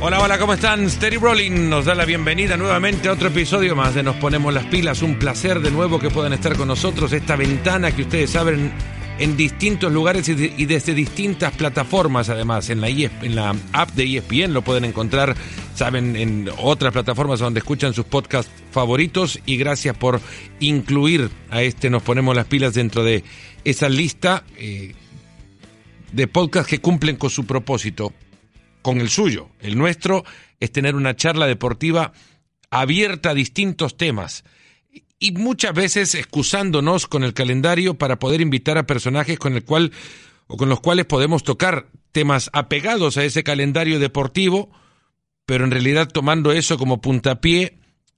Hola, hola, ¿cómo están? Steady Rolling nos da la bienvenida nuevamente a otro episodio más de Nos Ponemos las Pilas. Un placer de nuevo que puedan estar con nosotros. Esta ventana que ustedes abren en distintos lugares y desde distintas plataformas, además. En la app de ESPN lo pueden encontrar, saben, en otras plataformas donde escuchan sus podcasts favoritos. Y gracias por incluir a Nos Ponemos las Pilas dentro de esa lista de podcasts que cumplen con su propósito, con el suyo. El nuestro es tener una charla deportiva abierta a distintos temas y muchas veces excusándonos con el calendario para poder invitar a personajes con los cuales podemos tocar temas apegados a ese calendario deportivo, pero en realidad tomando eso como puntapié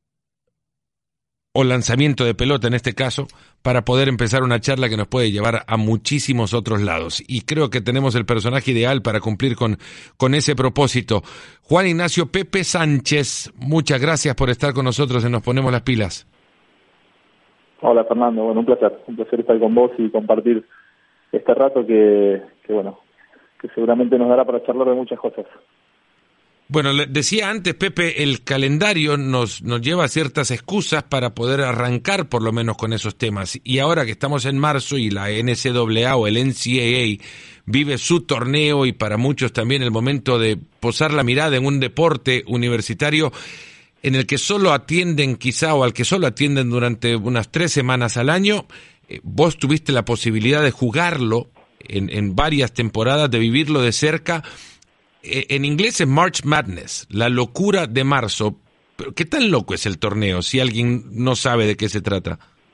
o lanzamiento de pelota en este caso, para poder empezar una charla que nos puede llevar a muchísimos otros lados. Y creo que tenemos el personaje ideal para cumplir con ese propósito. Juan Ignacio Pepe Sánchez, muchas gracias por estar con nosotros en Nos Ponemos las Pilas. Hola Fernando, bueno, un placer estar con vos y compartir este rato que seguramente nos dará para charlar de muchas cosas. Bueno, le decía antes, Pepe, el calendario nos lleva a ciertas excusas para poder arrancar por lo menos con esos temas. Y ahora que estamos en marzo y la NCAA o el NCAA vive su torneo y para muchos también el momento de posar la mirada en un deporte universitario en el que solo atienden quizá o al que solo atienden durante unas 3 semanas al año, vos tuviste la posibilidad de jugarlo en varias temporadas, de vivirlo de cerca. En inglés es March Madness, la locura de marzo. Pero ¿qué tan loco es el torneo si alguien no sabe de qué se trata?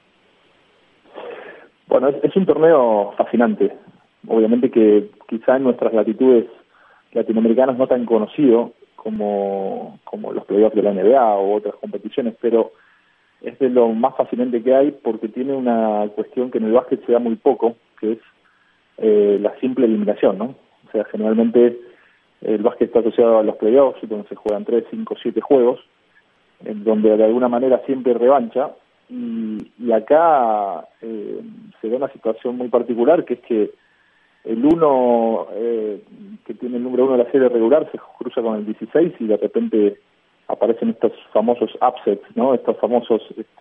Bueno, es un torneo fascinante. Obviamente que quizá en nuestras latitudes latinoamericanas no tan conocido como los playoffs de la NBA u otras competiciones, pero es de lo más fascinante que hay porque tiene una cuestión que en el básquet se da muy poco, que es la simple eliminación, ¿no? O sea, generalmente el básquet está asociado a los playoffs, donde se juegan 3, 5, 7 juegos, en donde de alguna manera siempre hay revancha, y acá se da una situación muy particular, que es que el uno que tiene el número 1 de la serie regular se cruza con el 16 y de repente aparecen estos famosos upsets, ¿no? Estas famosas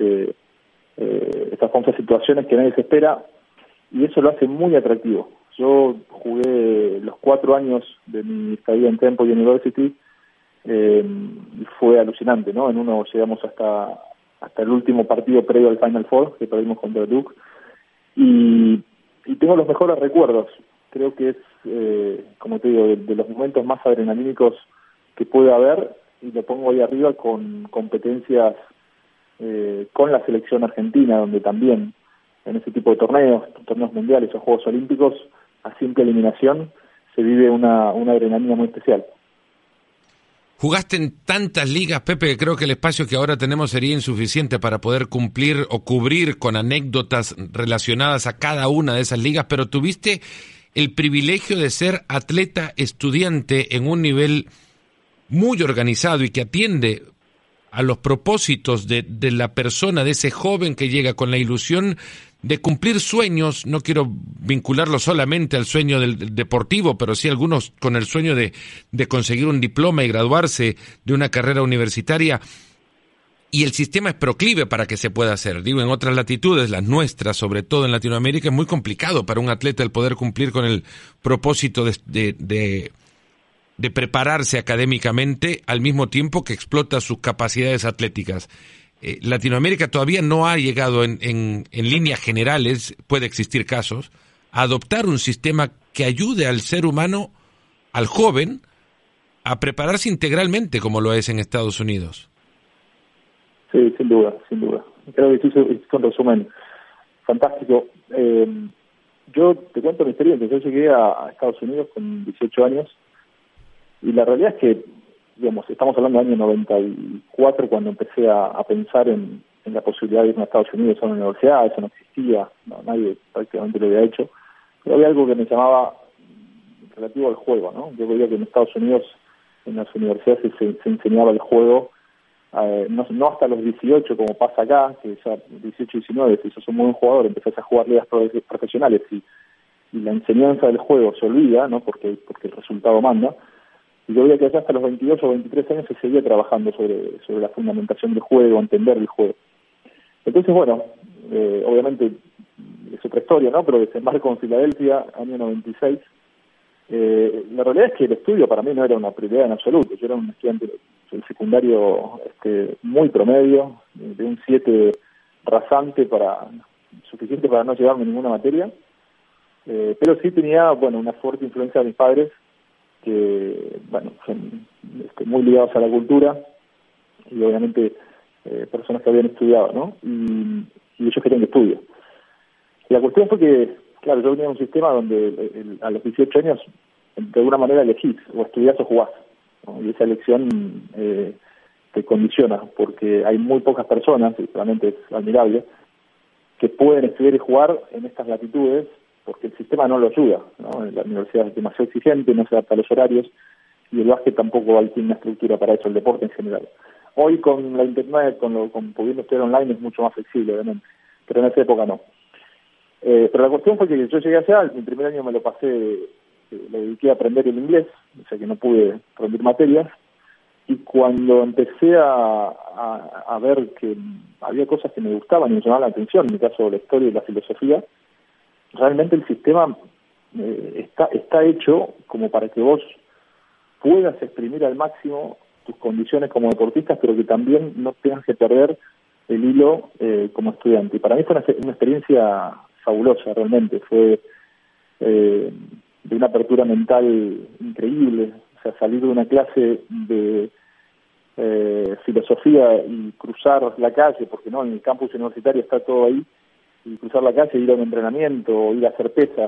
situaciones que nadie se espera, y eso lo hace muy atractivo. Yo jugué los 4 años de mi estadía en Temple University y fue alucinante, ¿no? En uno llegamos hasta el último partido previo al Final Four, que perdimos contra Duke, y tengo los mejores recuerdos. Creo que es, como te digo, de los momentos más adrenalínicos que puede haber, y lo pongo ahí arriba con competencias con la selección argentina, donde también en ese tipo de torneos mundiales o Juegos Olímpicos, a simple eliminación, se vive una adrenalina muy especial. Jugaste en tantas ligas, Pepe, que creo que el espacio que ahora tenemos sería insuficiente para poder cumplir o cubrir con anécdotas relacionadas a cada una de esas ligas, pero tuviste el privilegio de ser atleta estudiante en un nivel muy organizado y que atiende a los propósitos de la persona, de ese joven que llega con la ilusión de cumplir sueños. No quiero vincularlo solamente al sueño del deportivo, pero sí algunos con el sueño de conseguir un diploma y graduarse de una carrera universitaria. Y el sistema es proclive para que se pueda hacer. Digo, en otras latitudes, las nuestras, sobre todo en Latinoamérica, es muy complicado para un atleta el poder cumplir con el propósito de prepararse académicamente al mismo tiempo que explota sus capacidades atléticas. Latinoamérica todavía no ha llegado en líneas generales, puede existir casos, a adoptar un sistema que ayude al ser humano, al joven, a prepararse integralmente como lo es en Estados Unidos. Sí, sin duda. Creo que hizo un resumen fantástico. Yo te cuento mi experiencia. Yo llegué a Estados Unidos con 18 años y la realidad es que, digamos, estamos hablando del año 94 cuando empecé a pensar en la posibilidad de irme a Estados Unidos a una universidad. Eso no existía, nadie prácticamente lo había hecho, pero había algo que me llamaba relativo al juego, ¿no? Yo veía que en Estados Unidos en las universidades se enseñaba el juego no hasta los 18 como pasa acá, que ya 18, 19, si sos un buen jugador empezás a jugar ligas profesionales y la enseñanza del juego se olvida, ¿no? Porque el resultado manda. Y yo veía que allá hasta los 22 o 23 años se seguía trabajando sobre la fundamentación del juego, entender el juego. Entonces, bueno, obviamente es otra historia, ¿no? Pero desembarco en Filadelfia, año 96. La realidad es que el estudio para mí no era una prioridad en absoluto. Yo era un estudiante del secundario muy promedio, de un 7 rasante, suficiente para no llevarme ninguna materia. Pero sí tenía, bueno, una fuerte influencia de mis padres, que, bueno, son muy ligados a la cultura, y obviamente personas que habían estudiado, ¿no? Y ellos querían que estudie. La cuestión fue que, claro, yo venía de un sistema donde a los 18 años, de alguna manera elegís, o estudiás o jugás, ¿no? Y esa elección te condiciona, porque hay muy pocas personas, y realmente es admirable, que pueden estudiar y jugar en estas latitudes, porque el sistema no lo ayuda, ¿no? La universidad es demasiado exigente, no se adapta a los horarios, y el básquet tampoco tiene una estructura para eso, el deporte en general. Hoy con la internet, con pudiendo estudiar online, es mucho más flexible, obviamente, pero en esa época no. Pero la cuestión fue que yo llegué allá, mi primer año me lo pasé, lo dediqué a aprender el inglés, o sea que no pude rendir materias, y cuando empecé a ver que había cosas que me gustaban y me llamaban la atención, en mi caso la historia y la filosofía, realmente el sistema está hecho como para que vos puedas exprimir al máximo tus condiciones como deportistas, pero que también no tengas que perder el hilo como estudiante. Y para mí fue una experiencia fabulosa, realmente. Fue de una apertura mental increíble. O sea, salir de una clase de filosofía y cruzar la calle, porque no, en el campus universitario está todo ahí, y cruzar la calle, ir a un entrenamiento, o ir a hacer pesas,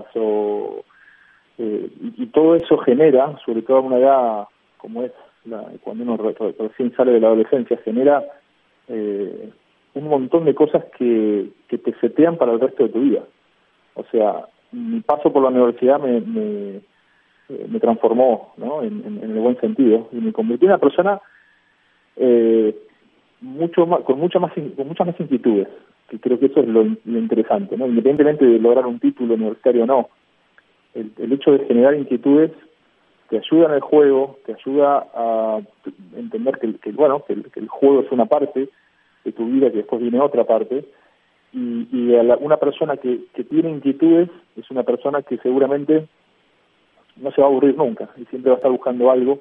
y todo eso genera, sobre todo a una edad como es cuando uno recién sale de la adolescencia, genera un montón de cosas que te setean para el resto de tu vida. O sea, mi paso por la universidad me transformó, ¿no? En el buen sentido, y me convirtió en una persona con muchas más inquietudes, que creo que eso es lo interesante, ¿no? Independientemente de lograr un título universitario o no, el hecho de generar inquietudes te ayuda en el juego, te ayuda a entender que el juego es una parte de tu vida, que después viene otra parte, y una persona que tiene inquietudes es una persona que seguramente no se va a aburrir nunca, y siempre va a estar buscando algo.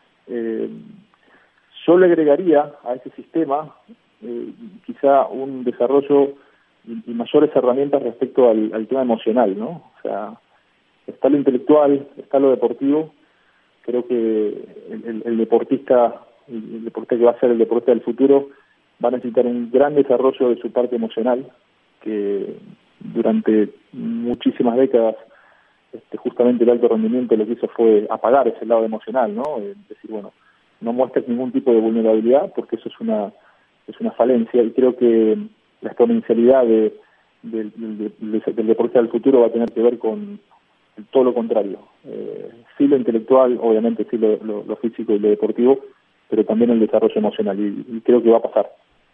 Yo le agregaría a ese sistema quizá un desarrollo y mayores herramientas respecto al tema emocional, ¿no? O sea, está lo intelectual, está lo deportivo. Creo que el deportista que va a ser el deportista del futuro va a necesitar un gran desarrollo de su parte emocional, que durante muchísimas décadas justamente el alto rendimiento lo que hizo fue apagar ese lado emocional, ¿no? Es decir, bueno, no muestres ningún tipo de vulnerabilidad, porque eso es una falencia, y creo que la exponencialidad del deportista del futuro va a tener que ver con todo lo contrario. Sí lo intelectual, obviamente sí lo físico y lo deportivo, pero también el desarrollo emocional, y creo que va a pasar.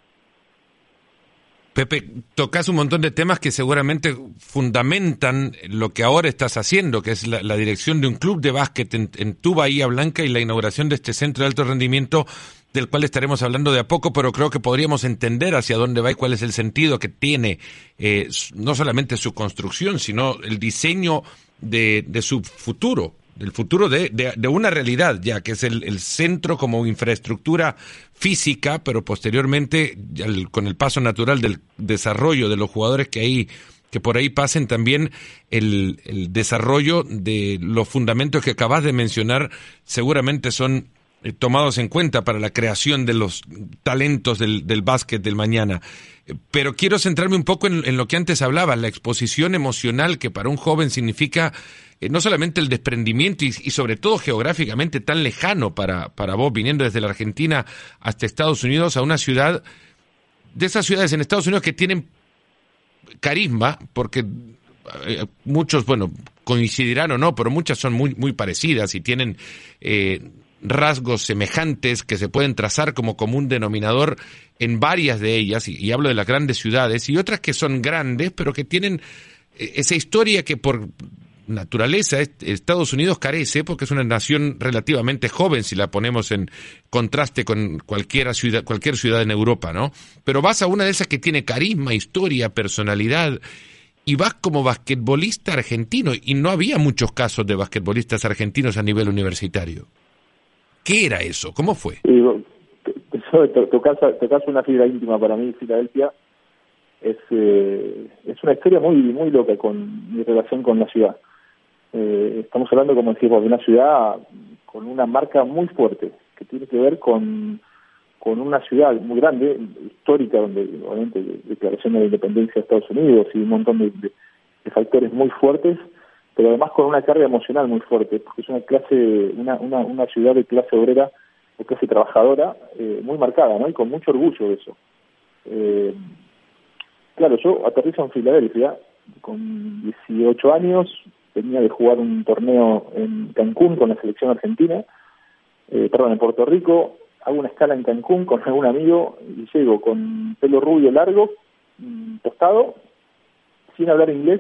Pepe, tocas un montón de temas que seguramente fundamentan lo que ahora estás haciendo, que es la dirección de un club de básquet en tu Bahía Blanca y la inauguración de este centro de alto rendimiento, del cual estaremos hablando de a poco, pero creo que podríamos entender hacia dónde va y cuál es el sentido que tiene no solamente su construcción, sino el diseño de su futuro, del futuro de una realidad ya, que es el centro como infraestructura física, pero posteriormente, con el paso natural del desarrollo de los jugadores que por ahí pasen, también el desarrollo de los fundamentos que acabas de mencionar seguramente son tomados en cuenta para la creación de los talentos del básquet del mañana. Pero quiero centrarme un poco en lo que antes hablaba, la exposición emocional, que para un joven significa no solamente el desprendimiento y sobre todo geográficamente tan lejano para vos, viniendo desde la Argentina hasta Estados Unidos, a una ciudad, de esas ciudades en Estados Unidos que tienen carisma, porque muchos, bueno, coincidirán o no, pero muchas son muy, muy parecidas y tienen rasgos semejantes que se pueden trazar como común denominador en varias de ellas, y hablo de las grandes ciudades, y otras que son grandes, pero que tienen esa historia que por naturaleza, Estados Unidos carece, porque es una nación relativamente joven si la ponemos en contraste con cualquier ciudad en Europa, ¿no? Pero vas a una de esas que tiene carisma, historia, personalidad, y vas como basquetbolista argentino, y no había muchos casos de basquetbolistas argentinos a nivel universitario. ¿Qué era eso? ¿Cómo fue? Tocas una fibra íntima para mí. Filadelfia es una historia muy muy loca con mi relación con la ciudad. Estamos hablando, como decimos, de una ciudad con una marca muy fuerte, que tiene que ver con una ciudad muy grande, histórica, donde obviamente declaración de la independencia de Estados Unidos y un montón de factores muy fuertes, pero además con una carga emocional muy fuerte, porque es una ciudad de clase obrera, de clase trabajadora, muy marcada, ¿no? Y con mucho orgullo de eso. Claro, yo aterrizo en Filadelfia con 18 años, venía de jugar un torneo en Cancún con la selección argentina, en Puerto Rico. Hago una escala en Cancún con algún amigo y llego con pelo rubio largo, tostado, sin hablar inglés.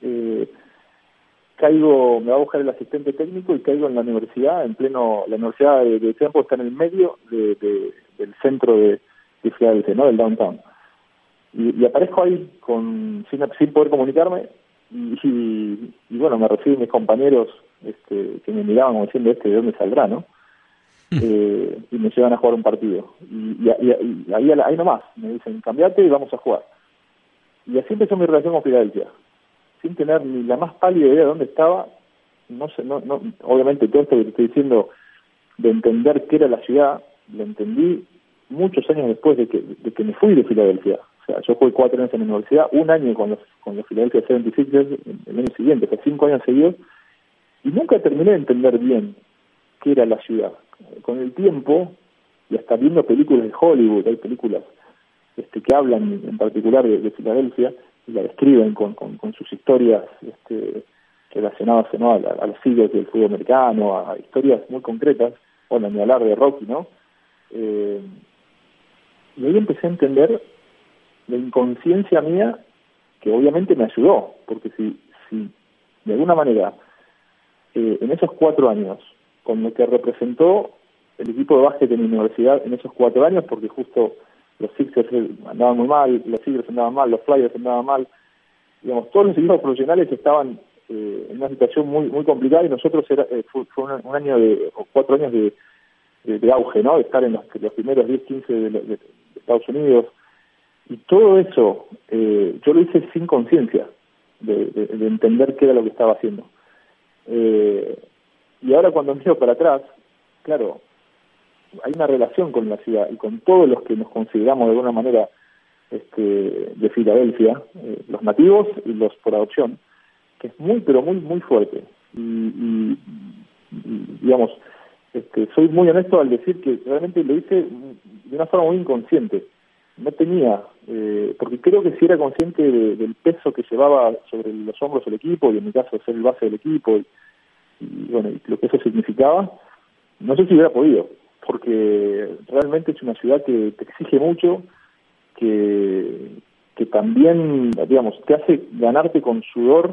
Me va a buscar el asistente técnico y caigo en la universidad, la universidad de Temple está en el medio del centro de Filadelfia, ¿no? Del downtown. Y aparezco ahí sin poder comunicarme y bueno, me reciben mis compañeros que me miraban como diciendo ¿de dónde saldrá, no? Y me llevan a jugar un partido y ahí nomás me dicen cambiate y vamos a jugar, y así empezó mi relación con Filadelfia sin tener ni la más pálida idea de dónde estaba. No, obviamente todo esto que te estoy diciendo de entender qué era la ciudad lo entendí muchos años después de que me fui de Filadelfia. O sea, yo jugué 4 años en la universidad, un año con los Philadelphia 76ers el año siguiente, o sea, 5 años seguidos, y nunca terminé de entender bien qué era la ciudad. Con el tiempo, y hasta viendo películas de Hollywood, hay películas que hablan en particular de Filadelfia, y la describen con sus historias relacionadas, ¿no? a los siglos del fútbol americano, a historias muy concretas, bueno, ni hablar de Rocky, ¿no? Y ahí empecé a entender la inconsciencia mía, que obviamente me ayudó, porque si de alguna manera en esos 4 años, con lo que representó el equipo de básquet de mi universidad en esos 4 años, porque justo los Sixers andaban muy mal, los Sixers andaban mal, los Flyers andaban mal, digamos, todos los equipos profesionales estaban en una situación muy muy complicada, y nosotros fue un año o 4 años de auge, ¿no? De estar en los primeros 10, 15 de Estados Unidos, y todo eso yo lo hice sin conciencia de entender qué era lo que estaba haciendo. Y ahora cuando miro para atrás, claro, hay una relación con la ciudad y con todos los que nos consideramos de alguna manera de Filadelfia, los nativos y los por adopción, que es muy, pero muy, muy fuerte. Y digamos, soy muy honesto al decir que realmente lo hice de una forma muy inconsciente. No tenía, porque creo que si era consciente del peso que llevaba sobre los hombros el equipo, y en mi caso ser el base del equipo, y bueno, y lo que eso significaba, no sé si hubiera podido, porque realmente es una ciudad que te exige mucho, que también, digamos, te hace ganarte con sudor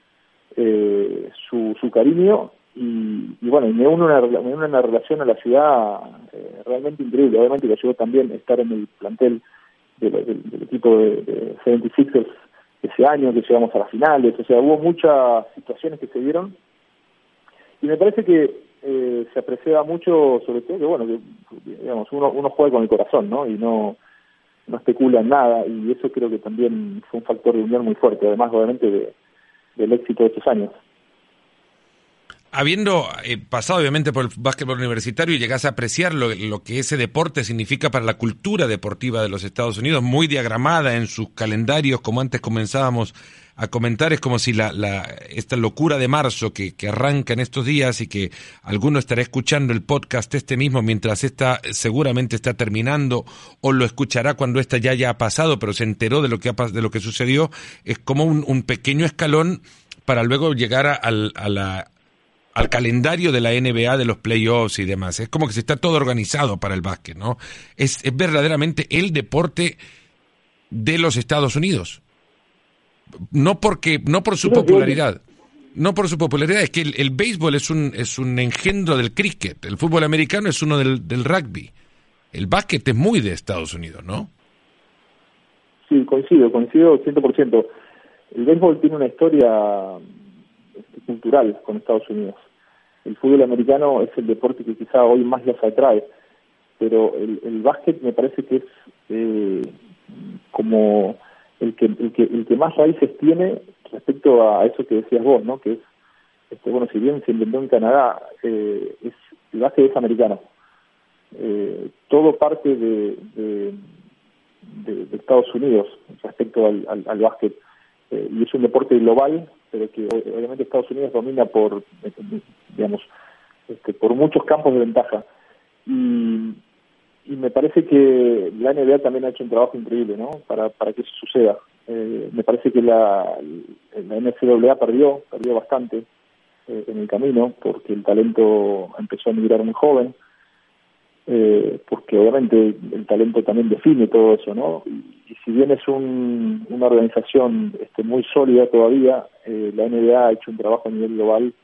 su cariño, y bueno, y me une una relación a la ciudad realmente increíble. Obviamente que ayudó también estar en el plantel del equipo de 76ers ese año, que llegamos a las finales. O sea, hubo muchas situaciones que se dieron, y me parece que se apreciaba mucho, sobre todo, que bueno, que digamos, uno juega con el corazón, ¿no? Y no especula en nada, y eso creo que también fue un factor de unión muy fuerte, además obviamente del éxito de estos años. Habiendo pasado obviamente por el básquetbol universitario, y llegás a apreciar lo que ese deporte significa para la cultura deportiva de los Estados Unidos, muy diagramada en sus calendarios, como antes comenzábamos a comentar, es como si esta locura de marzo que arranca en estos días, y que alguno estará escuchando el podcast mismo mientras seguramente está terminando, o lo escuchará cuando ya haya pasado, pero se enteró de lo que sucedió, es como un pequeño escalón para luego llegar al calendario de la NBA, de los playoffs y demás. Es como que se está todo organizado para el básquet, ¿no? Es verdaderamente el deporte de los Estados Unidos. No por su popularidad. No por su popularidad, es que el béisbol es un engendro del cricket, el fútbol americano es uno del rugby. El básquet es muy de Estados Unidos, ¿no? Sí, coincido 100%. El béisbol tiene una historia cultural con Estados Unidos. El fútbol americano es el deporte que quizá hoy más los atrae, pero el básquet me parece que es como el que más raíces tiene respecto a eso que decías vos, ¿no? Que es bueno, si bien se inventó en Canadá, el básquet es americano. Todo parte de Estados Unidos respecto al básquet, y es un deporte global, pero que obviamente Estados Unidos domina por muchos campos de ventaja, y me parece que la NBA también ha hecho un trabajo increíble, ¿no? Para que eso suceda. Me parece que la NCAA perdió bastante en el camino, porque el talento empezó a migrar muy joven, porque obviamente el talento también define todo eso, ¿no? Y si bien es una organización muy sólida todavía, la NBA ha hecho un trabajo a nivel global,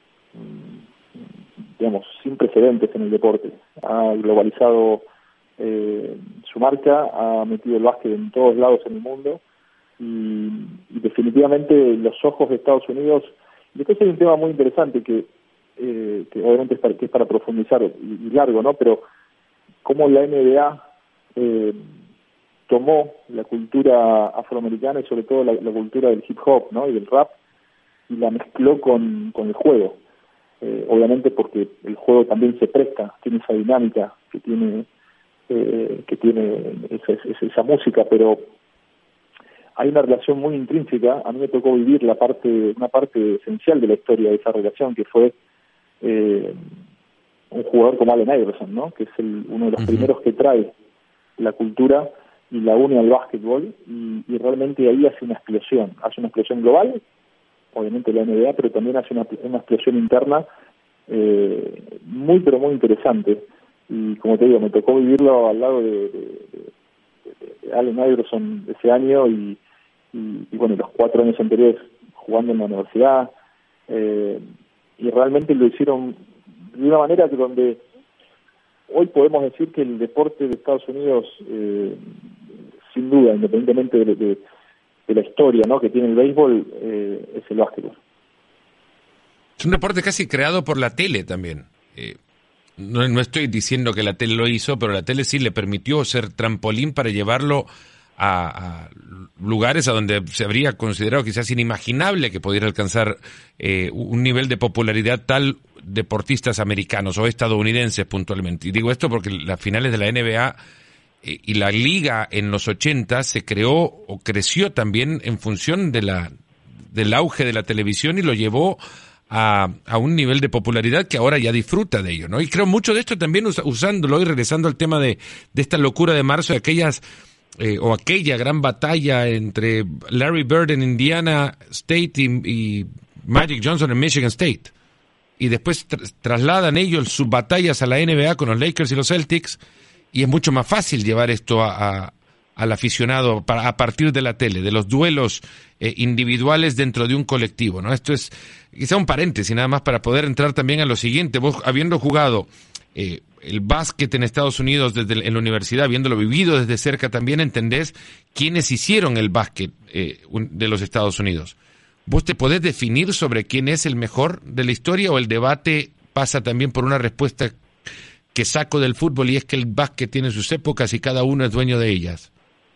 sin precedentes en el deporte. Ha globalizado su marca, ha metido el básquet en todos lados en el mundo, y definitivamente los ojos de Estados Unidos. Después hay un tema muy interesante que obviamente es para profundizar y largo, ¿no? Pero cómo la NBA tomó la cultura afroamericana y sobre todo la cultura del hip hop, ¿no? Y del rap, y la mezcló con el juego. Obviamente porque el juego también se presta, tiene esa dinámica que tiene esa música, pero hay una relación muy intrínseca. A mí me tocó vivir una parte esencial de la historia de esa relación, que fue un jugador como Allen Iverson, ¿no? Que es uno de los primeros que trae la cultura y la une al básquetbol, y realmente ahí hace una explosión global, obviamente la NBA, pero también hace una explosión interna muy pero muy interesante. Y como te digo, me tocó vivirlo al lado de Allen Iverson ese año, y bueno, los 4 años anteriores jugando en la universidad, y realmente lo hicieron de una manera donde hoy podemos decir que el deporte de Estados Unidos, sin duda, independientemente de la historia, ¿no?, que tiene el béisbol, es el básquetbol. Es un deporte casi creado por la tele también. No estoy diciendo que la tele lo hizo, pero la tele sí le permitió ser trampolín para llevarlo a lugares a donde se habría considerado quizás inimaginable que pudiera alcanzar un nivel de popularidad tal deportistas americanos o estadounidenses puntualmente. Y digo esto porque las finales de la NBA y la liga en los 80 se creó o creció también en función del auge de la televisión, y lo llevó a un nivel de popularidad que ahora ya disfruta de ello, ¿no? Y creo mucho de esto también usándolo y regresando al tema de esta locura de marzo, de aquella gran batalla entre Larry Bird en Indiana State y Magic Johnson en Michigan State. Y después trasladan ellos sus batallas a la NBA con los Lakers y los Celtics, y es mucho más fácil llevar esto al aficionado a partir de la tele, de los duelos individuales dentro de un colectivo, ¿no? Esto es quizá un paréntesis nada más para poder entrar también a lo siguiente. Vos, habiendo jugado el básquet en Estados Unidos en la universidad, habiéndolo vivido desde cerca, también entendés quiénes hicieron el básquet de los Estados Unidos. ¿Vos te podés definir sobre quién es el mejor de la historia, o el debate pasa también por una respuesta que saco del fútbol, y es que el básquet tiene sus épocas y cada uno es dueño de ellas?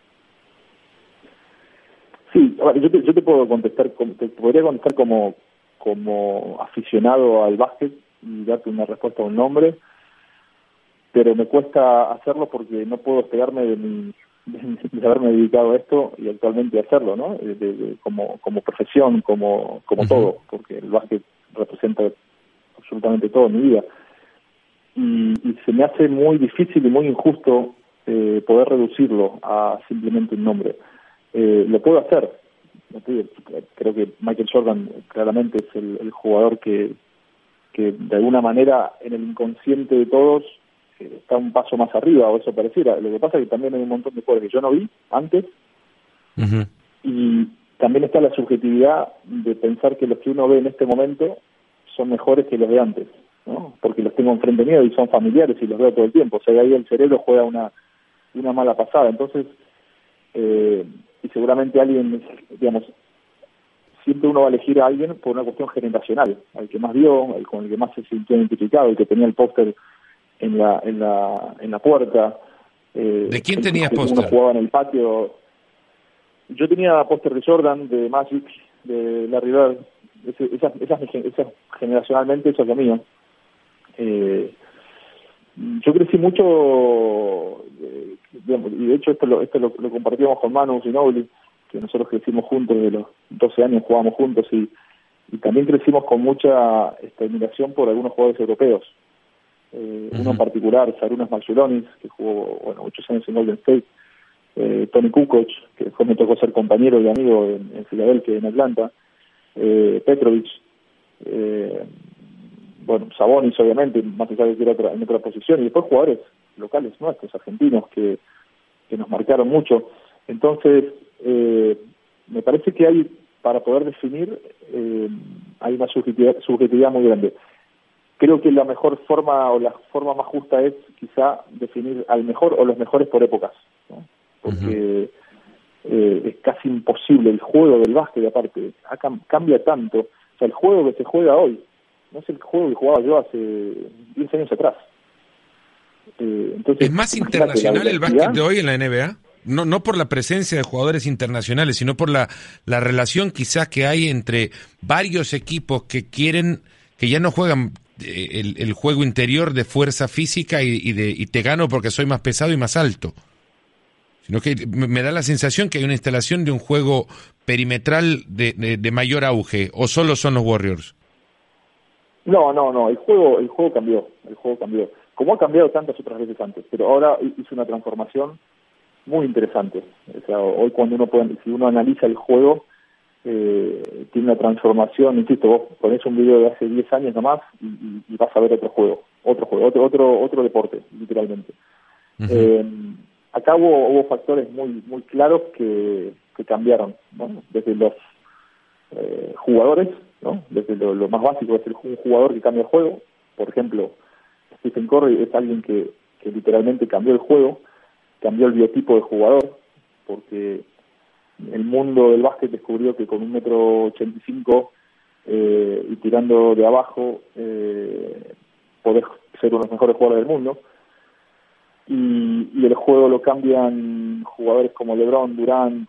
Sí, a ver, yo te puedo contestar, te podría contestar como aficionado al básquet y darte una respuesta a un nombre, pero me cuesta hacerlo porque no puedo despegarme de haberme dedicado a esto y actualmente hacerlo, ¿no? Como profesión, como todo, porque el básquet representa absolutamente todo en mi vida. Y se me hace muy difícil y muy injusto poder reducirlo a simplemente un nombre. Lo puedo hacer. Creo que Michael Jordan claramente es el jugador que de alguna manera en el inconsciente de todos está un paso más arriba, o eso pareciera. Lo que pasa es que también hay un montón de jugadores que yo no vi antes, también está la subjetividad de pensar que los que uno ve en este momento son mejores que los de antes, ¿no? Porque los tengo enfrente mío y son familiares y los veo todo el tiempo. O sea, ahí el cerebro juega una mala pasada. Entonces, y seguramente alguien, digamos, siempre uno va a elegir a alguien por una cuestión generacional, al que más vio, con el que más se sintió identificado, el que tenía el póster en la puerta. ¿De quién tenías uno póster? jugaba en el patio. Yo tenía póster de Jordan, de Magic, de Larry Bird. Esas generacionalmente, eso es lo mío. Yo crecí mucho, digamos, y de hecho esto lo compartíamos con Manu Ginobili, que nosotros crecimos juntos, de los 12 años jugábamos juntos, y también crecimos con mucha admiración por algunos jugadores europeos. Uno en particular, Sarunas Margelonis, que jugó 8 años en Golden State, Tony Kukoc, que después me tocó ser compañero y amigo en Filadelfia, en Atlanta, Petrovic, Sabonis, obviamente, más allá de que era en otra posición, y después jugadores locales nuestros, argentinos, que nos marcaron mucho. Entonces, me parece que hay, para poder definir, hay una subjetividad muy grande. Creo que la mejor forma, o la forma más justa, es quizá definir al mejor o los mejores por épocas, ¿no? Porque es casi imposible. El juego del básquet, aparte, cambia tanto. O sea, el juego que se juega hoy no es el juego que jugaba yo hace 10 años atrás. Entonces, ¿es más internacional el básquet de hoy en la NBA? No por la presencia de jugadores internacionales, sino por la relación quizás que hay entre varios equipos que ya no juegan el juego interior de fuerza física y te gano porque soy más pesado y más alto, sino que me da la sensación que hay una instalación de un juego perimetral de mayor auge, o solo son los Warriors. No, el juego cambió, como ha cambiado tantas otras veces antes, pero ahora hizo una transformación muy interesante. O sea, hoy cuando si uno analiza el juego, tiene una transformación. Insisto, vos ponés un video de hace 10 años nomás y vas a ver otro deporte, literalmente. Uh-huh. Acá hubo factores muy claros que cambiaron, ¿no? Desde los jugadores, ¿no? Desde lo más básico, es un jugador que cambia el juego. Por ejemplo, Stephen Curry es alguien que literalmente cambió el juego, cambió el biotipo de jugador, porque el mundo del básquet descubrió que con 1,85 m y tirando de abajo podés ser uno de los mejores jugadores del mundo, y el juego lo cambian jugadores como LeBron, Durant,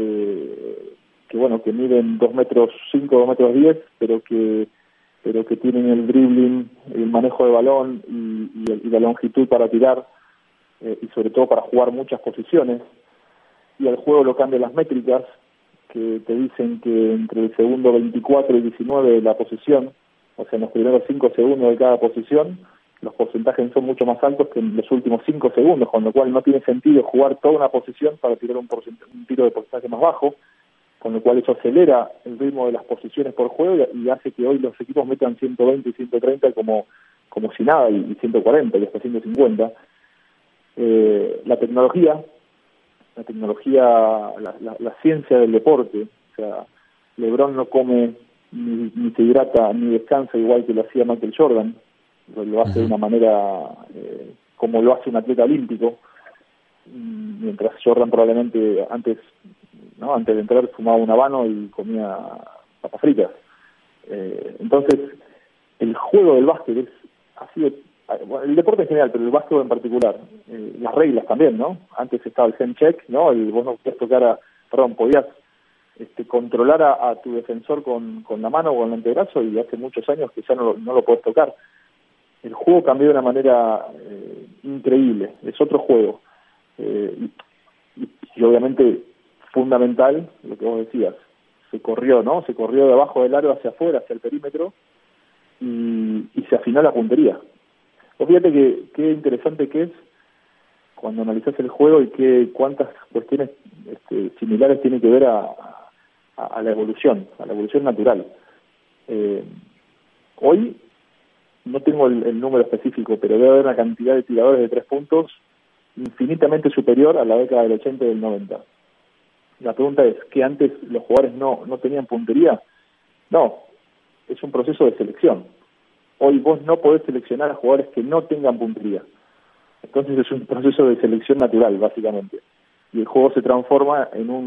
que miden 2,5 m, 2,10 m, pero que tienen el dribbling, el manejo de balón y la longitud para tirar, y sobre todo para jugar muchas posiciones. Y al juego lo cambian las métricas, que te dicen que entre el segundo 24 y 19 de la posición, o sea, en los primeros 5 segundos de cada posición, los porcentajes son mucho más altos que en los últimos 5 segundos, con lo cual no tiene sentido jugar toda una posición para tirar un tiro de porcentaje más bajo, con lo cual eso acelera el ritmo de las posiciones por juego y hace que hoy los equipos metan 120 y 130 como si nada, y 140 y hasta 150. La tecnología, la ciencia del deporte. O sea, LeBron no come ni se hidrata ni descansa igual que lo hacía Michael Jordan. Lo hace de una manera como lo hace un atleta olímpico, mientras Jordan probablemente antes de entrar fumaba un habano y comía papas fritas. Entonces, el juego del básquet ha sido, el deporte en general, pero el básquet en particular, las reglas también, ¿no? Antes estaba el hand check, ¿no? Vos no podías podías controlar a tu defensor con la mano o con el antebrazo, y hace muchos años que ya no lo podés tocar. El juego cambió de una manera increíble, es otro juego. Y obviamente fundamental, lo que vos decías, se corrió de abajo del aro hacia afuera, hacia el perímetro, y se afinó la puntería. Fíjate que qué interesante que es cuando analizás el juego y cuántas cuestiones similares tiene que ver a la evolución natural. Hoy no tengo el número específico, pero debe haber una cantidad de tiradores de 3 puntos infinitamente superior a la década del 80 y del 90. la pregunta es que antes los jugadores no tenían puntería. No, es un proceso de selección. Hoy vos no podés seleccionar a jugadores que no tengan puntería. Entonces es un proceso de selección natural, básicamente. Y el juego se transforma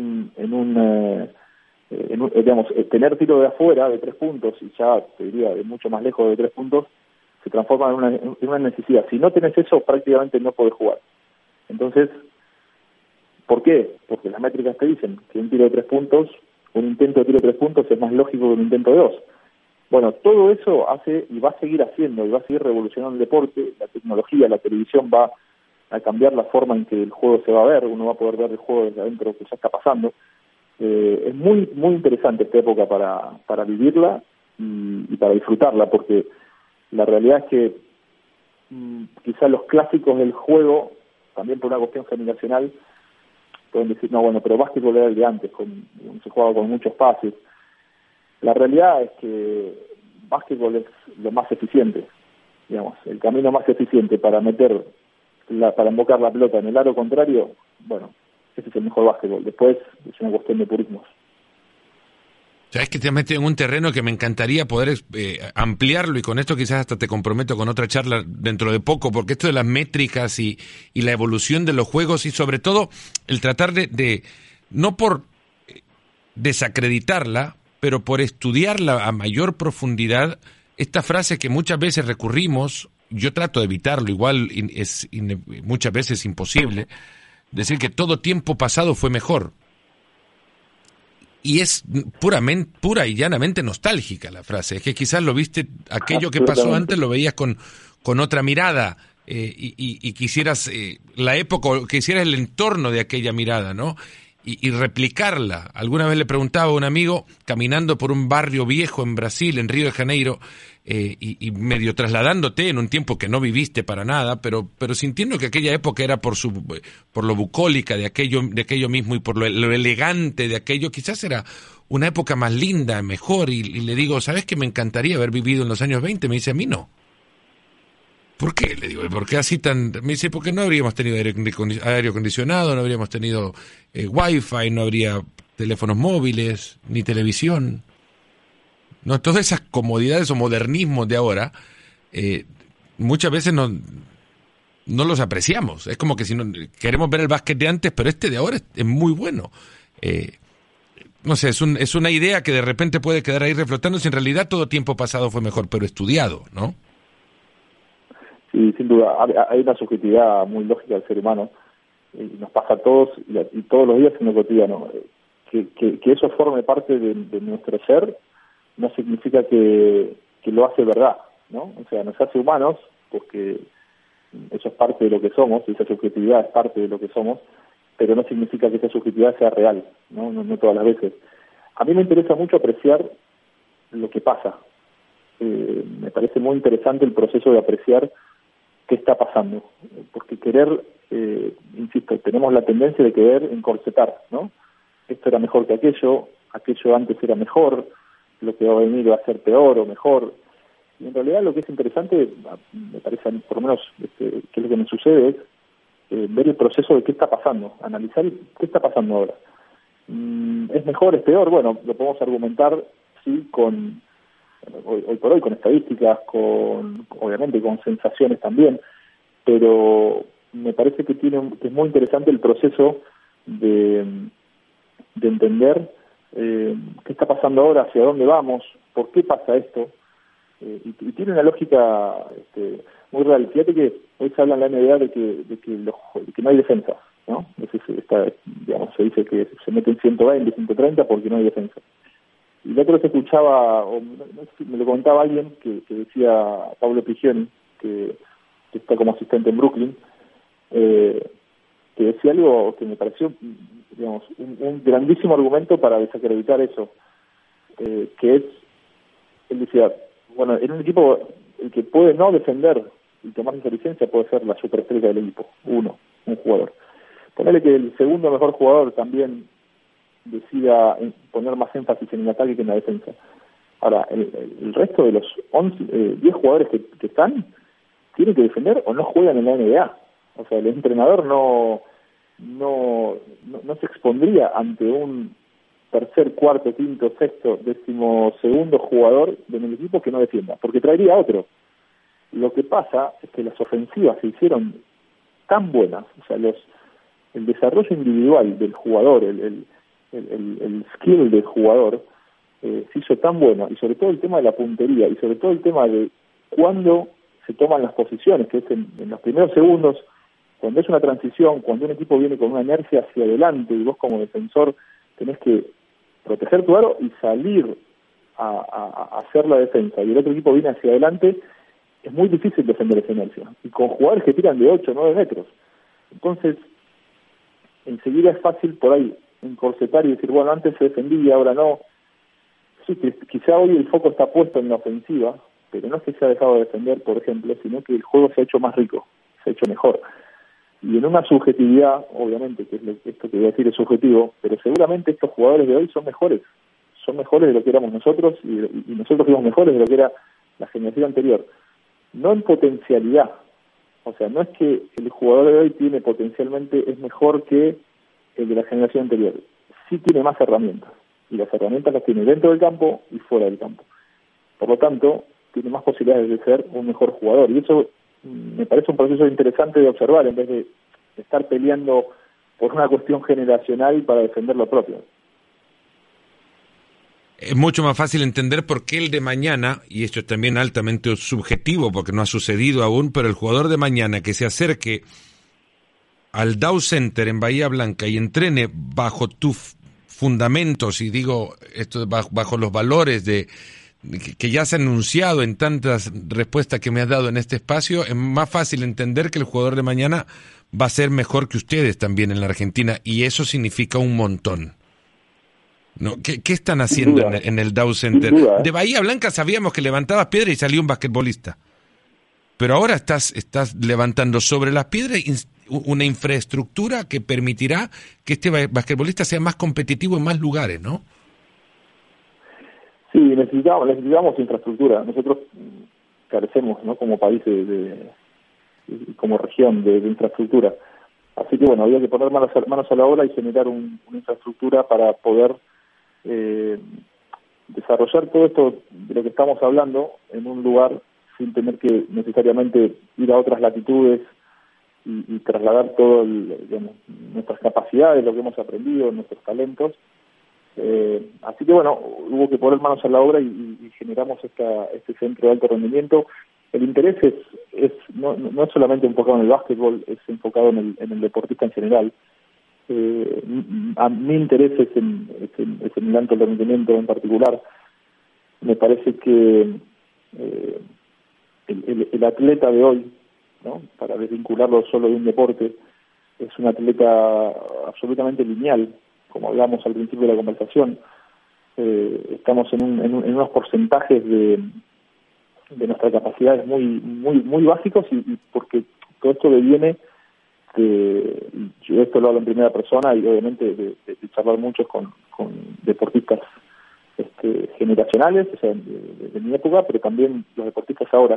digamos, tener tiro de afuera de 3 puntos, y ya te diría de mucho más lejos de 3 puntos, se transforma en una necesidad. Si no tenés eso, prácticamente no podés jugar. Entonces, ¿por qué? Porque las métricas te dicen que un tiro de 3 puntos, un intento de tiro de 3 puntos es más lógico que un intento de 2. Bueno, todo eso hace y va a seguir haciendo y va a seguir revolucionando el deporte. La tecnología, la televisión va a cambiar la forma en que el juego se va a ver. Uno va a poder ver el juego desde adentro que ya está pasando. Es muy muy interesante esta época para vivirla y para disfrutarla, porque la realidad es que quizás los clásicos del juego, también por una cuestión generacional, pueden decir, no, bueno, pero básquetbol era el de antes, se jugaba con muchos pases. La realidad es que básquetbol es lo más eficiente, digamos, el camino más eficiente para para embocar la pelota en el aro contrario, bueno, ese es el mejor básquetbol. Después es una cuestión de purismos. Sabes que te has metido en un terreno que me encantaría poder ampliarlo, y con esto quizás hasta te comprometo con otra charla dentro de poco, porque esto de las métricas y la evolución de los juegos, y sobre todo el tratar de no por desacreditarla, pero por estudiarla a mayor profundidad, esta frase que muchas veces recurrimos, yo trato de evitarlo, igual es muchas veces imposible, decir que todo tiempo pasado fue mejor. Y es pura y llanamente nostálgica la frase. Es que quizás lo viste, aquello que pasó antes lo veías con otra mirada, y quisieras la época, o quisieras el entorno de aquella mirada, ¿no? Y replicarla. Alguna vez le preguntaba a un amigo, caminando por un barrio viejo en Brasil, en Río de Janeiro, y medio trasladándote en un tiempo que no viviste para nada, pero sintiendo que aquella época era por lo bucólica de aquello mismo, y por lo elegante de aquello, quizás era una época más linda, mejor, y le digo, ¿sabes qué me encantaría haber vivido en los años 20? Me dice, a mí no. ¿Por qué? Le digo, ¿por qué así tan...? Me dice, porque no habríamos tenido aire acondicionado, no habríamos tenido wifi, no habría teléfonos móviles, ni televisión. No, todas esas comodidades o modernismos de ahora, muchas veces no los apreciamos. Es como que si no, queremos ver el básquet de antes, pero este de ahora es muy bueno. No sé, es una idea que de repente puede quedar ahí reflotando, si en realidad todo tiempo pasado fue mejor, pero estudiado, ¿no? Sí, sin duda, hay una subjetividad muy lógica del ser humano, y nos pasa a todos y todos los días en lo cotidiano. Que eso forme parte de nuestro ser no significa que lo hace verdad, ¿no? O sea, nos hace humanos, porque eso es parte de lo que somos, y esa subjetividad es parte de lo que somos, pero no significa que esa subjetividad sea real, ¿no? No todas las veces. A mí me interesa mucho apreciar lo que pasa. Me parece muy interesante el proceso de apreciar qué está pasando, porque insisto, tenemos la tendencia de querer encorsetar, ¿no? Esto era mejor que aquello antes era mejor, lo que va a venir va a ser peor o mejor. Y en realidad lo que es interesante, me parece, por lo menos, que es lo que me sucede, es ver el proceso de qué está pasando, analizar qué está pasando ahora. ¿Es mejor, es peor? Bueno, lo podemos argumentar, sí, hoy por hoy con estadísticas, obviamente con sensaciones también, pero me parece que es muy interesante el proceso de entender qué está pasando ahora, hacia dónde vamos, por qué pasa esto, y tiene una lógica muy real. Fíjate que hoy se habla en la NBA de que no hay defensa, ¿no? Se dice que se meten 120, 130 porque no hay defensa. Y la otra vez escuchaba, me lo comentaba alguien que decía, Pablo Prigioni, que está como asistente en Brooklyn, que decía algo que me pareció, digamos, un grandísimo argumento para desacreditar eso, que es, él decía, bueno, en un equipo el que puede no defender y tomar esa licencia puede ser la superestrella del equipo, un jugador. Ponerle que el segundo mejor jugador también decida poner más énfasis en el ataque que en la defensa. Ahora, el resto de los 10 jugadores que están, tienen que defender o no juegan en la NBA. O sea, el entrenador no no se expondría ante un tercer, cuarto, quinto, sexto, 12º jugador del equipo que no defienda, porque traería otro. Lo que pasa es que las ofensivas se hicieron tan buenas, o sea, el desarrollo individual del jugador, el skill del jugador, se hizo tan bueno, y sobre todo el tema de la puntería, y sobre todo el tema de cuándo se toman las posiciones, que es en los primeros segundos, cuando es una transición, cuando un equipo viene con una inercia hacia adelante, y vos como defensor tenés que proteger tu aro y salir a hacer la defensa, y el otro equipo viene hacia adelante, es muy difícil defender esa inercia, y con jugadores que tiran de 8 o 9 metros. Entonces, enseguida es fácil por ahí encorsetar y decir, bueno, antes se defendía, ahora no. Sí, quizá hoy el foco está puesto en la ofensiva, pero no es que se ha dejado de defender, por ejemplo, sino que el juego se ha hecho más rico, se ha hecho mejor. Y en una subjetividad, obviamente, que es esto que voy a decir es subjetivo, pero seguramente estos jugadores de hoy son mejores de lo que éramos nosotros, y nosotros fuimos mejores de lo que era la generación anterior. No en potencialidad, o sea, no es que el jugador de hoy tiene potencialmente, es mejor que el de la generación anterior, sí tiene más herramientas, y las herramientas las tiene dentro del campo y fuera del campo. Por lo tanto, tiene más posibilidades de ser un mejor jugador, y eso me parece un proceso interesante de observar, en vez de estar peleando por una cuestión generacional para defender lo propio. Es mucho más fácil entender por qué el de mañana, y esto es también altamente subjetivo porque no ha sucedido aún, pero el jugador de mañana que se acerque al Dow Center en Bahía Blanca y entrene bajo tus fundamentos, y digo esto bajo los valores que ya se han anunciado en tantas respuestas que me has dado en este espacio, es más fácil entender que el jugador de mañana va a ser mejor que ustedes también en la Argentina, y eso significa un montón. ¿No? ¿Qué están haciendo en el Dow Center? De Bahía Blanca sabíamos que levantabas piedras y salía un basquetbolista, pero ahora estás levantando sobre las piedras una infraestructura que permitirá que este basquetbolista sea más competitivo en más lugares, ¿no? Sí, necesitamos infraestructura. Nosotros carecemos, ¿no?, como país como región de infraestructura. Así que bueno, había que poner manos a la obra y generar una infraestructura para poder desarrollar todo esto de lo que estamos hablando en un lugar sin tener que necesariamente ir a otras latitudes y trasladar todo nuestras capacidades, lo que hemos aprendido, nuestros talentos. Así que bueno, hubo que poner manos a la obra y generamos este centro de alto rendimiento. El interés no es solamente enfocado en el básquetbol, es enfocado en el deportista en general. A mi interés es en el alto rendimiento en particular. Me parece que el atleta de hoy, ¿no?, para desvincularlo solo de un deporte, es un atleta absolutamente lineal, como hablamos al principio de la conversación. Estamos en unos porcentajes de nuestras capacidades muy básicos, y porque todo esto deviene yo esto lo hablo en primera persona, y obviamente de charlar mucho con deportistas generacionales, o sea, de mi época, pero también los deportistas ahora.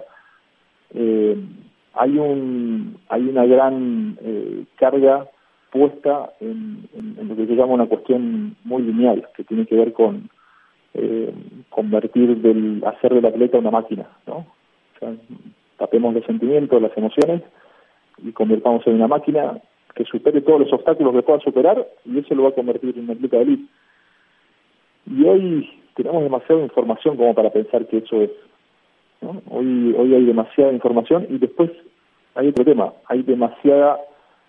Hay una gran carga puesta en lo que se llama una cuestión muy lineal, que tiene que ver con convertir hacer del atleta una máquina, ¿no? O sea, tapemos los sentimientos, las emociones, y convirtamos en una máquina que supere todos los obstáculos que pueda superar, y eso lo va a convertir en un atleta de élite. Y hoy tenemos demasiada información como para pensar que eso es, ¿no? Hoy hay demasiada información, y después hay otro tema, hay demasiadas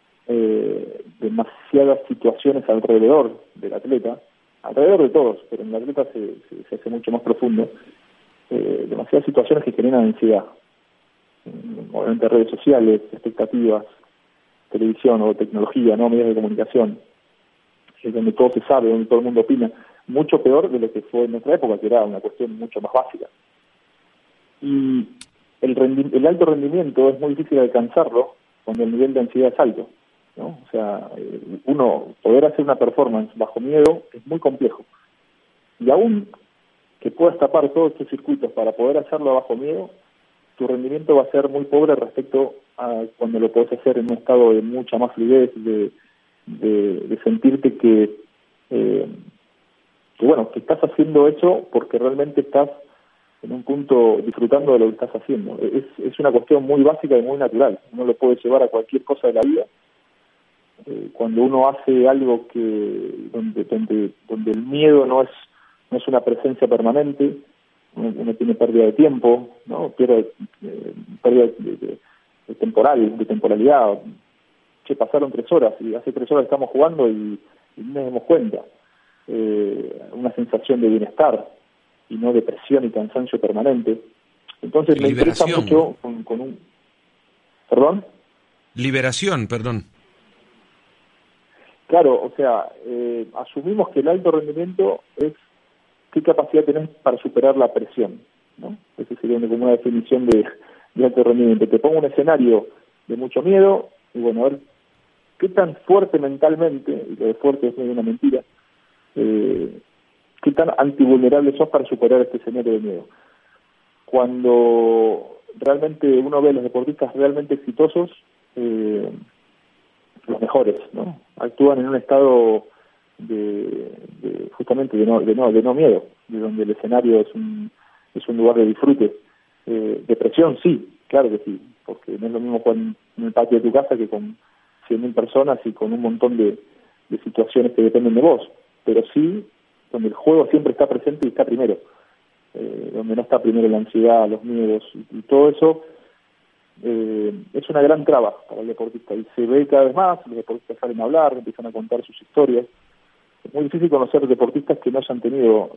situaciones alrededor del atleta, alrededor de todos, pero en el atleta se hace mucho más profundo, demasiadas situaciones que generan ansiedad. Obviamente redes sociales, expectativas, televisión o tecnología, no medios de comunicación, es donde todo se sabe, donde todo el mundo opina, mucho peor de lo que fue en nuestra época, que era una cuestión mucho más básica. Y el alto rendimiento es muy difícil de alcanzarlo cuando el nivel de ansiedad es alto, ¿no? O sea, poder hacer una performance bajo miedo es muy complejo. Y aún que puedas tapar todos tus circuitos para poder hacerlo bajo miedo, tu rendimiento va a ser muy pobre respecto a cuando lo podés hacer en un estado de mucha más fluidez, de de sentirte que bueno, que estás haciendo eso porque realmente estás en un punto disfrutando de lo que estás haciendo. Es una cuestión muy básica y muy natural. Uno lo puede llevar a cualquier cosa de la vida. Cuando uno hace algo donde el miedo no es una presencia permanente, uno tiene pérdida de tiempo, ¿no? Pérdida de temporalidad. Che, pasaron 3 horas y hace 3 horas estamos jugando y no nos damos cuenta. Una sensación de bienestar y no de presión y cansancio permanente. Entonces me interesa mucho con un... ¿Perdón? Liberación, perdón. Claro, o sea, asumimos que el alto rendimiento es qué capacidad tenés para superar la presión, ¿no? Esa sería como una definición de alto rendimiento. Te pongo un escenario de mucho miedo y bueno, a ver qué tan fuerte mentalmente, y lo de fuerte es medio una mentira, qué tan antivulnerable sos para superar este escenario de miedo. Cuando realmente uno ve a los deportistas realmente exitosos, los mejores, ¿no? Actúan en un estado justamente de no miedo, de donde el escenario es un lugar de disfrute. Depresión, sí, claro que sí, porque no es lo mismo jugar en el patio de tu casa que con 100.000 personas y con un montón de situaciones que dependen de vos, pero sí donde el juego siempre está presente y está primero, donde no está primero la ansiedad, los miedos y todo eso. Es una gran traba para el deportista y se ve cada vez más. Los deportistas salen a hablar, empiezan a contar sus historias. Es muy difícil conocer deportistas que no hayan tenido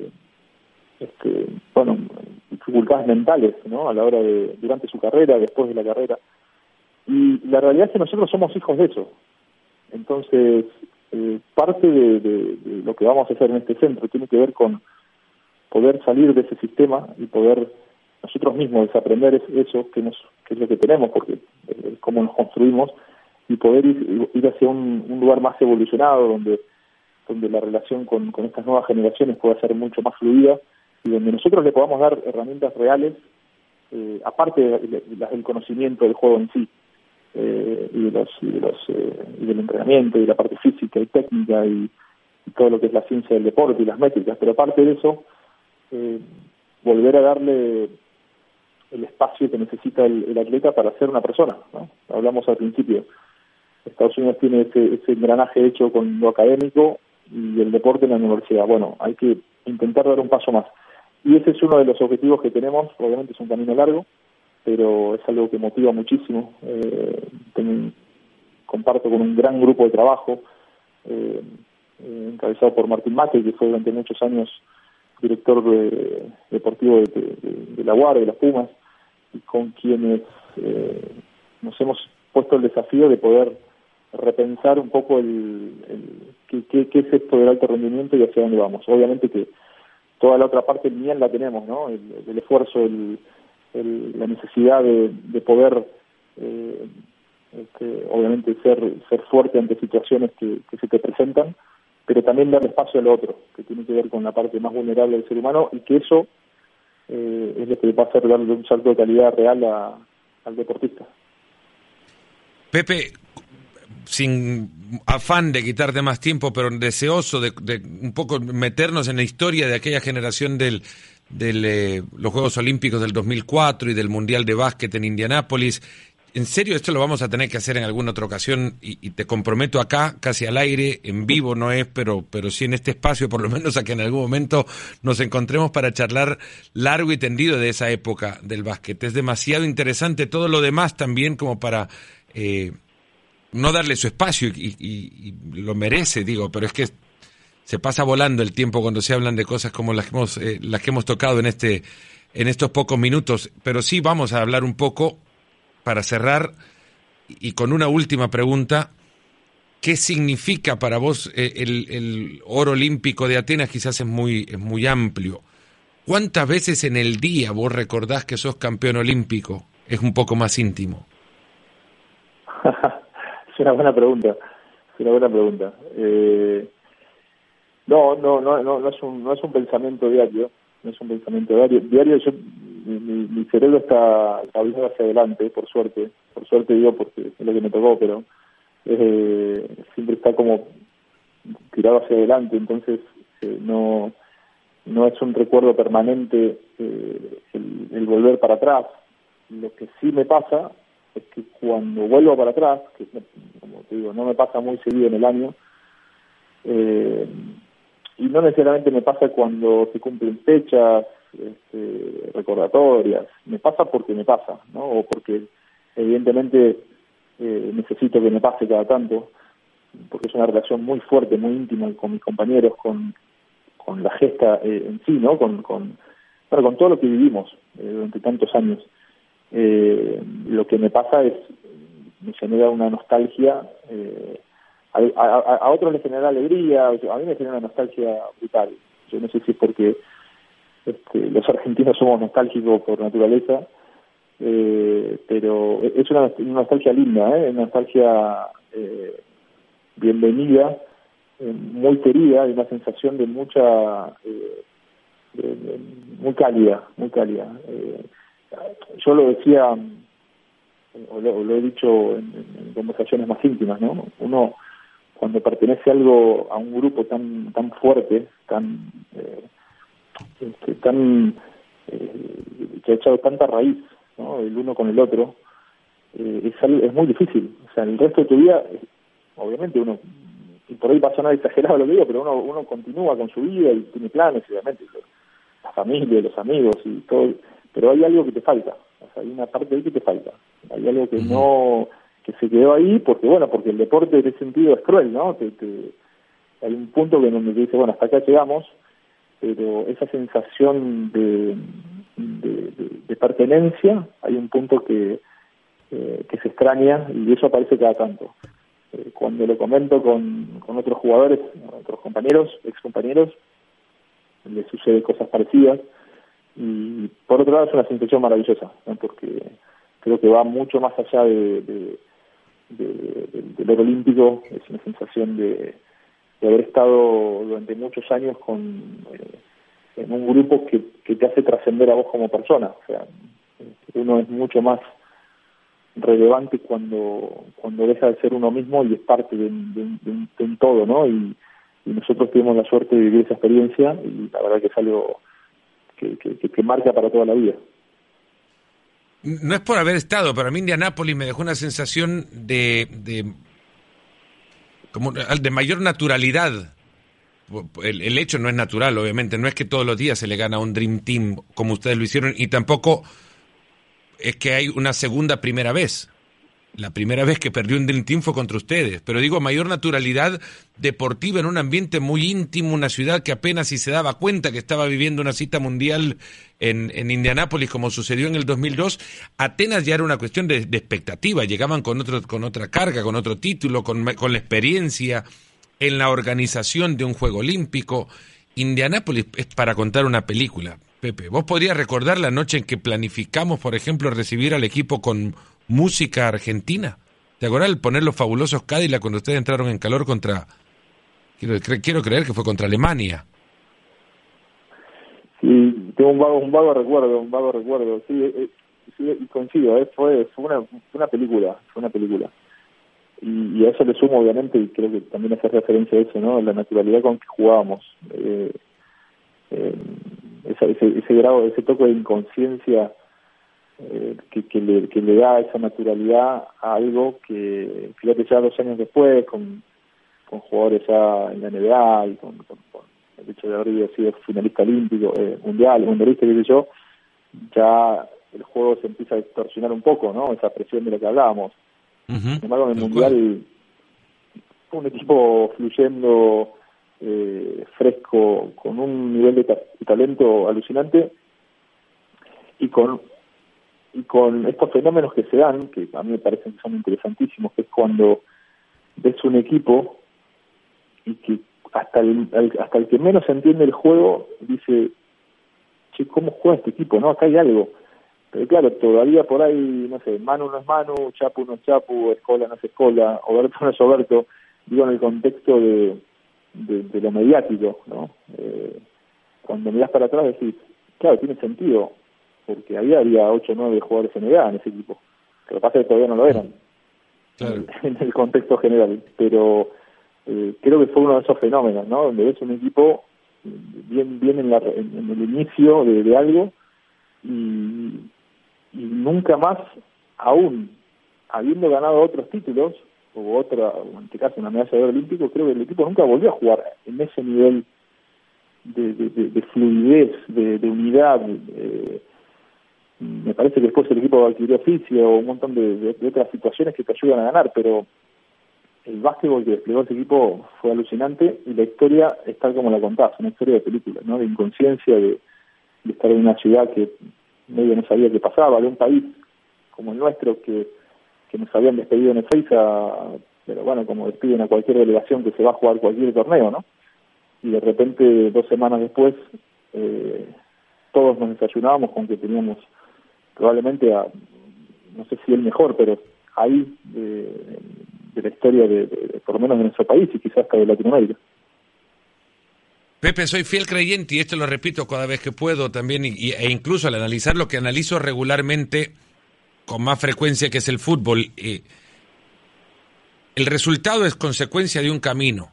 dificultades mentales, ¿no? A la hora durante su carrera, después de la carrera, y la realidad es que nosotros somos hijos de eso. Entonces parte de lo que vamos a hacer en este centro tiene que ver con poder salir de ese sistema y poder nosotros mismos desaprender eso que es lo que tenemos, porque es como nos construimos, y poder ir hacia un lugar más evolucionado, donde la relación con estas nuevas generaciones pueda ser mucho más fluida y donde nosotros le podamos dar herramientas reales, aparte del conocimiento del juego en sí, y del entrenamiento y la parte física y técnica y todo lo que es la ciencia del deporte y las métricas, pero aparte de eso, volver a darle el espacio que necesita el atleta para ser una persona, ¿no? Hablamos al principio, Estados Unidos tiene ese engranaje hecho con lo académico y el deporte en la universidad. Bueno, hay que intentar dar un paso más. Y ese es uno de los objetivos que tenemos. Obviamente es un camino largo, pero es algo que motiva muchísimo. Comparto con un gran grupo de trabajo, encabezado por Martín Mate, que fue durante muchos años director deportivo de la UAR, de las Pumas, y con quienes nos hemos puesto el desafío de poder repensar un poco qué es esto del alto rendimiento y hacia dónde vamos. Obviamente que toda la otra parte mía la tenemos, ¿no? El esfuerzo, la necesidad de poder obviamente ser fuerte ante situaciones que se te presentan, pero también darle espacio al otro, que tiene que ver con la parte más vulnerable del ser humano, y que eso es lo que va a hacer darle un salto de calidad real al deportista. Pepe, sin afán de quitarte más tiempo, pero deseoso de un poco meternos en la historia de aquella generación de los Juegos Olímpicos del 2004 y del Mundial de Básquet en Indianápolis. En serio, esto lo vamos a tener que hacer en alguna otra ocasión y te comprometo acá, casi al aire, en vivo no es, pero sí en este espacio, por lo menos a que en algún momento nos encontremos para charlar largo y tendido de esa época del básquet. Es demasiado interesante todo lo demás también como para no darle su espacio y lo merece, digo, pero es que se pasa volando el tiempo cuando se hablan de cosas como las que hemos tocado en estos pocos minutos, pero sí vamos a hablar un poco para cerrar y con una última pregunta. ¿Qué significa para vos el oro olímpico de Atenas? Quizás es muy amplio. ¿Cuántas veces en el día vos recordás que sos campeón olímpico? Es un poco más íntimo. Es una buena pregunta. No es un pensamiento diario. No es un pensamiento diario. Mi cerebro está caminando hacia adelante, por suerte digo, porque es lo que me tocó, pero siempre está como tirado hacia adelante, entonces no es un recuerdo permanente el volver para atrás. Lo que sí me pasa es que cuando vuelvo para atrás, que como te digo, no me pasa muy seguido en el año, y no necesariamente me pasa cuando se cumplen fechas, recordatorias, me pasa porque me pasa, ¿no? O porque evidentemente necesito que me pase cada tanto, porque es una relación muy fuerte, muy íntima con mis compañeros, con la gesta en sí, ¿no? Con todo lo que vivimos durante tantos años. Lo que me pasa es, me genera una nostalgia, a otros les genera alegría, a mí me genera una nostalgia brutal. Yo no sé si es porque los argentinos somos nostálgicos por naturaleza, pero es una nostalgia linda, una nostalgia bienvenida, muy querida, y una sensación de mucha, muy cálida, muy cálida. Yo lo decía, o lo he dicho en conversaciones más íntimas, ¿no? Uno, cuando pertenece a un grupo tan fuerte, que ha echado tanta raíz, ¿no? El uno con el otro, es muy difícil. O sea, el resto de tu vida, obviamente uno, y por ahí pasa nada exagerado lo que digo, pero uno continúa con su vida y tiene planes, obviamente, la familia, los amigos y todo, pero hay algo que te falta. O sea, hay una parte ahí que te falta. Hay algo que se quedó ahí porque el deporte en ese sentido es cruel, ¿no? Hay un punto que donde te dice, bueno, hasta acá llegamos, pero esa sensación de pertenencia, hay un punto que se extraña, y eso aparece cada tanto. Cuando lo comento con otros jugadores, otros compañeros, excompañeros, les sucede cosas parecidas, y por otro lado es una sensación maravillosa, ¿no? Porque creo que va mucho más allá del oro olímpico. Es una sensación de haber estado durante muchos años en un grupo que te hace trascender a vos como persona. O sea, uno es mucho más relevante cuando deja de ser uno mismo y es parte de un todo, ¿no? Y nosotros tuvimos la suerte de vivir esa experiencia, y la verdad que es algo que marca para toda la vida. No es por haber estado, pero a mí Indianápolis me dejó una sensación de mayor naturalidad. El hecho no es natural, obviamente, no es que todos los días se le gana a un Dream Team como ustedes lo hicieron, y tampoco es que hay una segunda primera vez. La primera vez que perdió un Dream Team fue contra ustedes, pero digo, mayor naturalidad deportiva en un ambiente muy íntimo, una ciudad que apenas si se daba cuenta que estaba viviendo una cita mundial en Indianápolis, como sucedió en el 2002. Atenas ya era una cuestión de expectativa, llegaban con otra carga, con otro título, con la experiencia en la organización de un Juego Olímpico. Indianápolis es para contar una película. Pepe, ¿vos podrías recordar la noche en que planificamos, por ejemplo, recibir al equipo con música argentina? ¿Te acuerdas el poner los fabulosos Cadillac cuando ustedes entraron en calor contra... Quiero creer que fue contra Alemania. Sí, tengo un vago recuerdo. Sí, y coincido, fue una película, Y a eso le sumo, obviamente, y creo que también hace referencia a eso, ¿no? La naturalidad con que jugábamos. Ese grado, ese toque de inconsciencia que le da esa naturalidad a algo que, fíjate, ya 2 años después, con jugadores ya en la NBA, y con el hecho de haber sido finalista olímpico, mundialista, qué sé yo, ya el juego se empieza a distorsionar un poco, ¿no? Esa presión de la que hablábamos. Sin embargo, en el Mundial fue un equipo fluyendo, fresco, con un nivel de talento alucinante, y con estos fenómenos que se dan, que a mí me parecen que son interesantísimos, que es cuando ves un equipo y que hasta el que menos entiende el juego dice, che, ¿cómo juega este equipo? No, acá hay algo. Pero claro, todavía por ahí, no sé, Manu no es Manu, Chapu no es Chapu, Escola no es Escola, Oberto no es Oberto, digo, en el contexto de lo mediático, ¿no? Cuando mirás para atrás decís, claro, tiene sentido, porque había 8 o 9 jugadores NBA en ese equipo, lo que pasa es que todavía no lo eran. claro, en el contexto general, pero creo que fue uno de esos fenómenos, ¿no? Donde ves un equipo bien en el inicio de algo y nunca más, aún habiendo ganado otros títulos, o en este caso una medalla de oro olímpico, creo que el equipo nunca volvió a jugar en ese nivel de fluidez, de unidad. Me parece que después el equipo adquirió oficio, un montón de otras situaciones que te ayudan a ganar, pero el básquetbol que desplegó ese equipo fue alucinante, y la historia es tal como la contás, una historia de película, ¿no? De inconsciencia, de estar en una ciudad que medio no sabía qué pasaba, de un país como el nuestro que nos habían despedido en Ezeiza, pero bueno, como despiden a cualquier delegación que se va a jugar cualquier torneo, ¿no? Y de repente 2 semanas después todos nos desayunábamos con que teníamos probablemente no sé si el mejor, pero ahí de la historia por lo menos de nuestro país y quizás hasta de Latinoamérica. Pepe, soy fiel creyente y esto lo repito cada vez que puedo también, e incluso al analizar lo que analizo regularmente con más frecuencia, que es el fútbol. El resultado es consecuencia de un camino.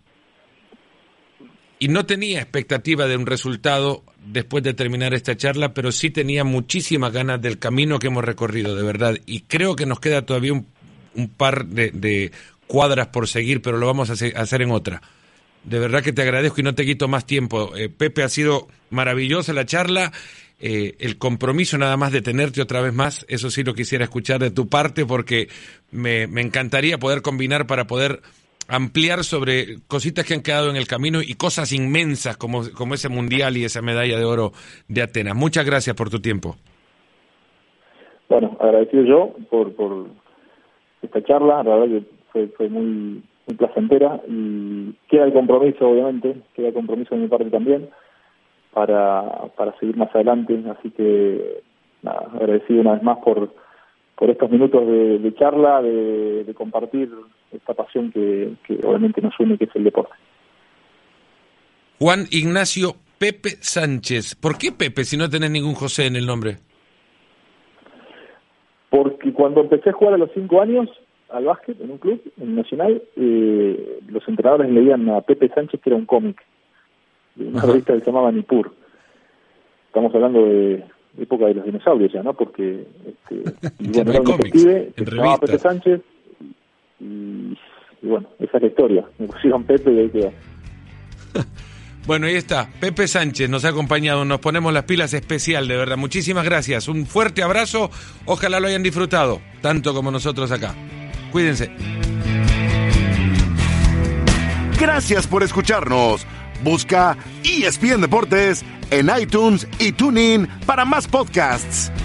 Y no tenía expectativa de un resultado después de terminar esta charla, pero sí tenía muchísimas ganas del camino que hemos recorrido, de verdad. Y creo que nos queda todavía un par de cuadras por seguir, pero lo vamos a hacer en otra. De verdad que te agradezco y no te quito más tiempo. Pepe, ha sido maravillosa la charla. El compromiso nada más de tenerte otra vez más, eso sí lo quisiera escuchar de tu parte, porque me encantaría poder combinar para poder ampliar sobre cositas que han quedado en el camino y cosas inmensas como ese mundial y esa medalla de oro de Atenas. Muchas gracias por tu tiempo. Bueno, agradecido yo por esta charla, la verdad que fue muy placentera, y queda el compromiso, obviamente, queda el compromiso de mi parte también para seguir más adelante, así que nada, agradecido una vez más por estos minutos de charla, de compartir esta pasión que obviamente nos une, que es el deporte. Juan Ignacio Pepe Sánchez. ¿Por qué Pepe si no tenés ningún José en el nombre? Porque cuando empecé a jugar a los 5 años al básquet en un club, en Nacional, los entrenadores leían a Pepe Sánchez, que era un cómic de una revista que se llamaba Nippur. Estamos hablando de época de los dinosaurios ya, ¿no? Porque y bueno, era un detective que se llamaba Pepe Sánchez, y bueno, esa es la historia. Me pusieron Pepe y ahí quedó. Bueno, ahí está. Pepe Sánchez nos ha acompañado. Nos ponemos las pilas especial, de verdad. Muchísimas gracias. Un fuerte abrazo. Ojalá lo hayan disfrutado, tanto como nosotros acá. Cuídense. Gracias por escucharnos. Busca ESPN Deportes en iTunes y TuneIn para más podcasts.